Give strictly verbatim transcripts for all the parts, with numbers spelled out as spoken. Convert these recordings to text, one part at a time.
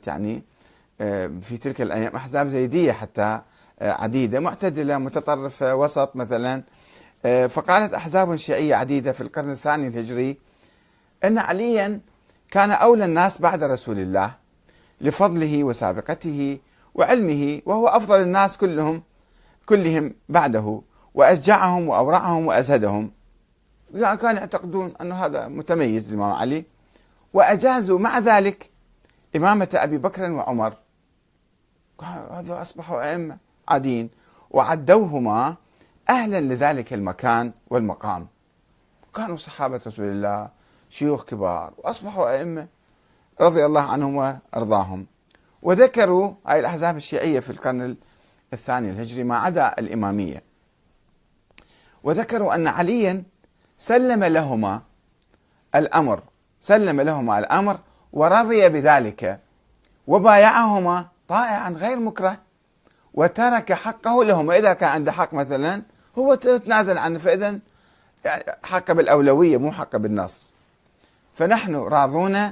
كانت يعني في تلك الأيام أحزاب زيدية حتى عديدة، معتدلة متطرفة وسط مثلا. فقالت أحزاب شيعية عديدة في القرن الثاني الهجري أن عليا كان أولى الناس بعد رسول الله لفضله وسابقته وعلمه، وهو أفضل الناس كلهم كلهم بعده، وأشجعهم وأورعهم وأزهدهم. يعني كانوا يعتقدون أن هذا متميز الإمام علي، وأجازوا مع ذلك إمامة أبي بكر وعمر. هذا أصبحوا أئمة عاديين، وعدوهما أهلا لذلك المكان والمقام. كانوا صحابة رسول الله شيوخ كبار وأصبحوا أئمة رضي الله عنهم وأرضاهم. وذكروا هاي الأحزاب الشيعية في القرن الثاني الهجري ما عدا الإمامية، وذكروا أن عليا سلم لهما الأمر سلم لهما الأمر ورضي بذلك، وبايعهما طائعا غير مكره، وترك حقه لهما. إذا كان عنده حق مثلا هو تنازل عنه، فإذا حق بالأولوية مو حق بالنص. فنحن راضون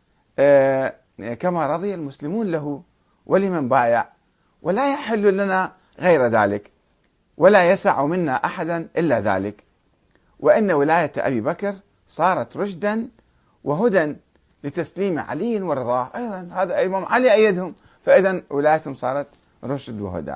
كما رضي المسلمون له ولمن بايع، ولا يحل لنا غير ذلك، ولا يسع منا أحدا إلا ذلك. وإن ولاية أبي بكر صارت رشدا وهدى لتسليم علي ورضاه. أيضا هذا الإمام علي أيدهم، فإذا ولايتهم صارت رشد وهدى.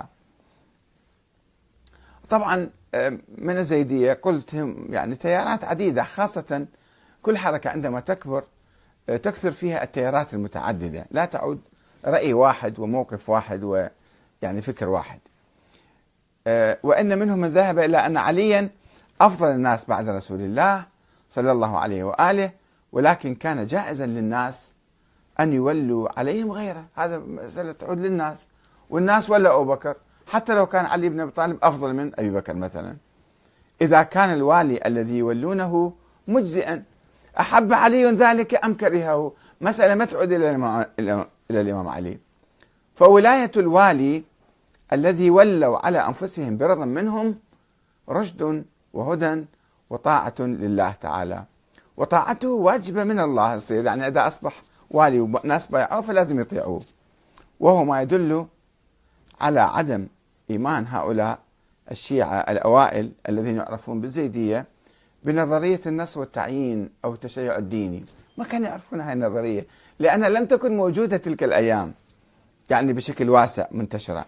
طبعا من الزيدية قلت هم يعني تيارات عديدة، خاصة كل حركة عندما تكبر تكثر فيها التيارات المتعددة، لا تعود رأي واحد وموقف واحد ويعني فكر واحد. وإن منهم من ذهب إلى أن عليا أفضل الناس بعد رسول الله صلى الله عليه وآله، ولكن كان جائزا للناس أن يولوا عليهم غيره. هذا مسألة تعود للناس، والناس ولا أبو بكر حتى لو كان علي بن أبي طالب أفضل من أبي بكر مثلا، إذا كان الوالي الذي يولونه مجزئا. أحب علي ذلك أم كرهه، مسألة ما تعود إلى الإمام, إلى الإمام علي. فولاية الوالي الذي ولوا على أنفسهم برضا منهم رشد وهدى وطاعة لله تعالى، وطاعته واجبة من الله يصير. يعني إذا أصبح والي وناس بايعوه فلازم يطيعوه، وهو ما يدل على عدم إيمان هؤلاء الشيعة الأوائل الذين يعرفون بالزيدية بنظرية النص والتعيين أو التشيع الديني. ما كانوا يعرفون هذه النظرية لأنها لم تكن موجودة تلك الأيام يعني بشكل واسع منتشرة.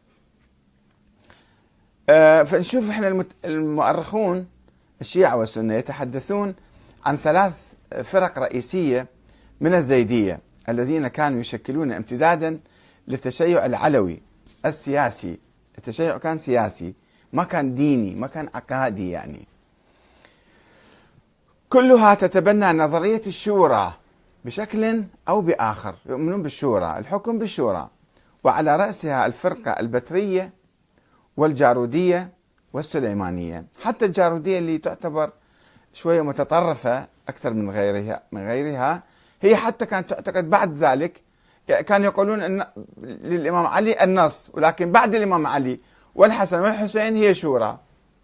آه فنشوف احنا المؤرخون الشيعة والسنة يتحدثون عن ثلاث فرق رئيسية من الزيدية الذين كانوا يشكلون امتدادا للتشيع العلوي السياسي. التشيع كان سياسي، ما كان ديني، ما كان عقائدي. يعني كلها تتبنى نظرية الشورى بشكل أو بآخر، يؤمنون بالشورى، الحكم بالشورى، وعلى رأسها الفرقة البترية والجارودية والسليمانية. حتى الجارودية اللي تعتبر شوية متطرفة أكثر من غيرها من غيرها هي حتى كانت تعتقد بعد ذلك، كانوا يقولون أن للإمام علي النص، ولكن بعد الإمام علي والحسن والحسين هي شورى.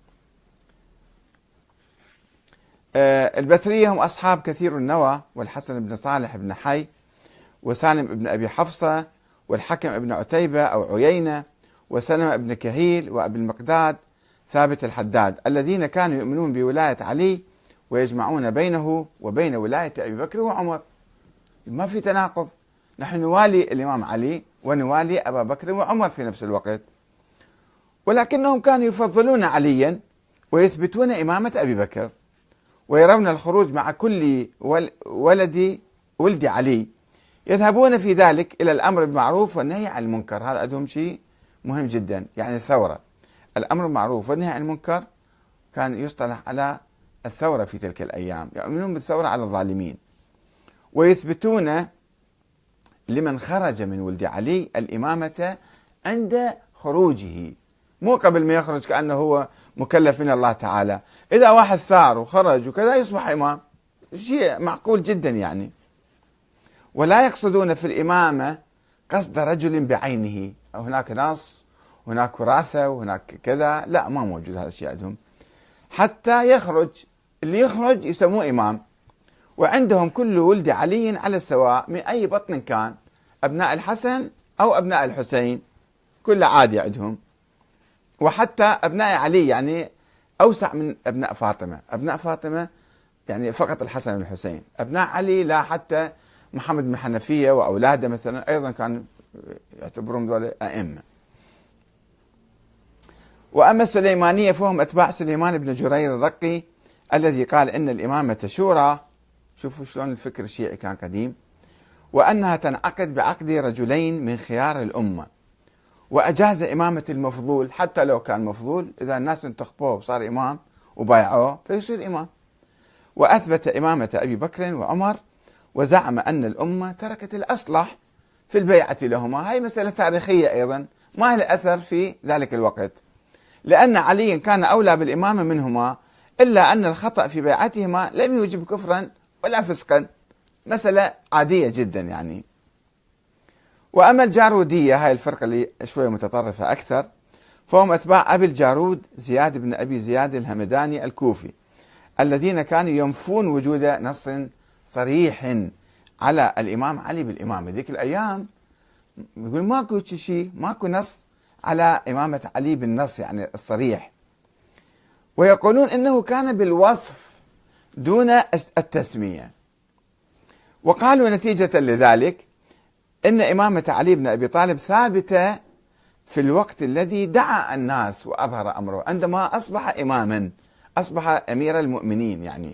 البترية هم أصحاب كثير النوى، والحسن بن صالح بن حي، وسالم بن أبي حفصة، والحكم بن عتيبة أو عيينة، وسلمة بن كهيل، وأبي المقداد ثابت الحداد، الذين كانوا يؤمنون بولاية علي ويجمعون بينه وبين ولاية أبي بكر وعمر. ما في تناقض، نحن نوالي الإمام علي ونوالي أبا بكر وعمر في نفس الوقت، ولكنهم كانوا يفضلون عليا ويثبتون إمامة أبي بكر، ويرون الخروج مع كل ولد ولد علي، يذهبون في ذلك إلى الأمر بالمعروف والنهي عن المنكر. هذا عندهم شيء مهم جدا، يعني الثورة، الأمر بالمعروف والنهي عن المنكر كان يصطلح على الثورة في تلك الأيام، يؤمنون بالثورة على الظالمين. ويثبتون لمن خرج من ولد علي الإمامة عند خروجه، مو قبل ما يخرج كأنه هو مكلف من الله تعالى. إذا واحد ثار وخرج وكذا يصبح إمام، شيء معقول جدا يعني. ولا يقصدون في الإمامة قصد رجل بعينه، أو هناك نص هناك وراثة وهناك كذا، لا، ما موجود هذا الشيء عندهم. حتى يخرج، اللي يخرج يسموه إمام. وعندهم كل ولد علي على السواء من أي بطن كان، أبناء الحسن أو أبناء الحسين، كل عادي عندهم. وحتى أبناء علي يعني أوسع من أبناء فاطمة. أبناء فاطمة يعني فقط الحسن والحسين، أبناء علي لا، حتى محمد بن حنفية وأولاده مثلا أيضا كانوا يعتبرون دول أئمة. وأما السليمانية فهم أتباع سليمان بن جرير الرقي الذي قال إن الإمامة شورى، شوفوا شلون الفكر الشيعي كان قديم، وأنها تنعقد بعقد رجلين من خيار الأمة، وأجاز إمامة المفضول حتى لو كان مفضول، إذا الناس انتخبوه وصار إمام وبايعوه فيصير إمام. وأثبت إمامة أبي بكر وعمر، وزعم أن الأمة تركت الأصلح في البيعة لهما. هاي مسألة تاريخية أيضا ما لها أثر في ذلك الوقت، لأن علي كان أولى بالإمامة منهما، إلا أن الخطأ في بيعتهما لم يوجب كفرا ولا فسقا، مسألة عادية جدا يعني. وأما الجارودية، هاي الفرقة اللي شوية متطرفة أكثر، فهم أتباع أبي الجارود زياد بن أبي زياد الهمداني الكوفي، الذين كانوا ينفون وجود نص صريح على الإمام علي بالإمامة. ذيك الأيام يقول ماكو شيء، ماكو نص على إمامة علي بالنص يعني الصريح، ويقولون إنه كان بالوصف دون التسمية. وقالوا نتيجة لذلك إن إمامة علي بن أبي طالب ثابتة في الوقت الذي دعا الناس وأظهر أمره، عندما أصبح إماما، أصبح أمير المؤمنين يعني.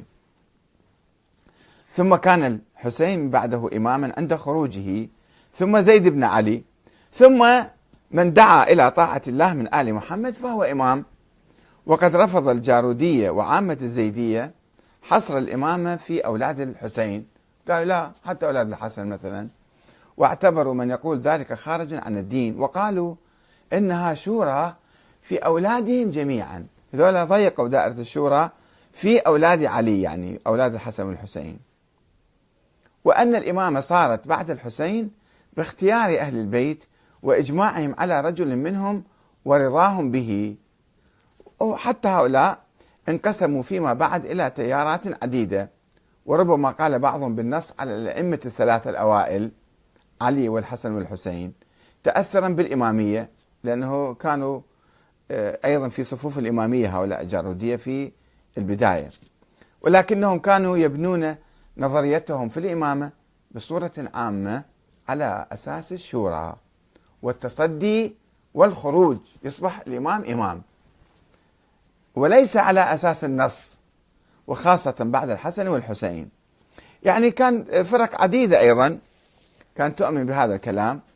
ثم كان الحسين بعده إماما عند خروجه، ثم زيد بن علي، ثم من دعا إلى طاعة الله من آل محمد فهو إمام. وقد رفض الجارودية وعامة الزيدية حصر الإمامة في أولاد الحسين، قالوا لا حتى أولاد الحسن مثلا، واعتبروا من يقول ذلك خارجا عن الدين، وقالوا إنها شورى في أولادهم جميعا. هذولا ضيقوا دائرة الشورى في أولاد علي يعني أولاد الحسن والحسين. وأن الإمامة صارت بعد الحسين باختيار أهل البيت وإجماعهم على رجل منهم ورضاهم به. وحتى هؤلاء انقسموا فيما بعد إلى تيارات عديدة، وربما قال بعضهم بالنص على الأئمة الثلاثة الأوائل علي والحسن والحسين تأثرا بالإمامية، لأنه كانوا أيضا في صفوف الإمامية هؤلاء الجارودية في البداية، ولكنهم كانوا يبنون نظريتهم في الإمامة بصورة عامة على أساس الشورى والتصدي والخروج، يصبح الإمام إمام، وليس على أساس النص، وخاصة بعد الحسن والحسين. يعني كان فرق عديدة أيضا كانت تؤمن بهذا الكلام.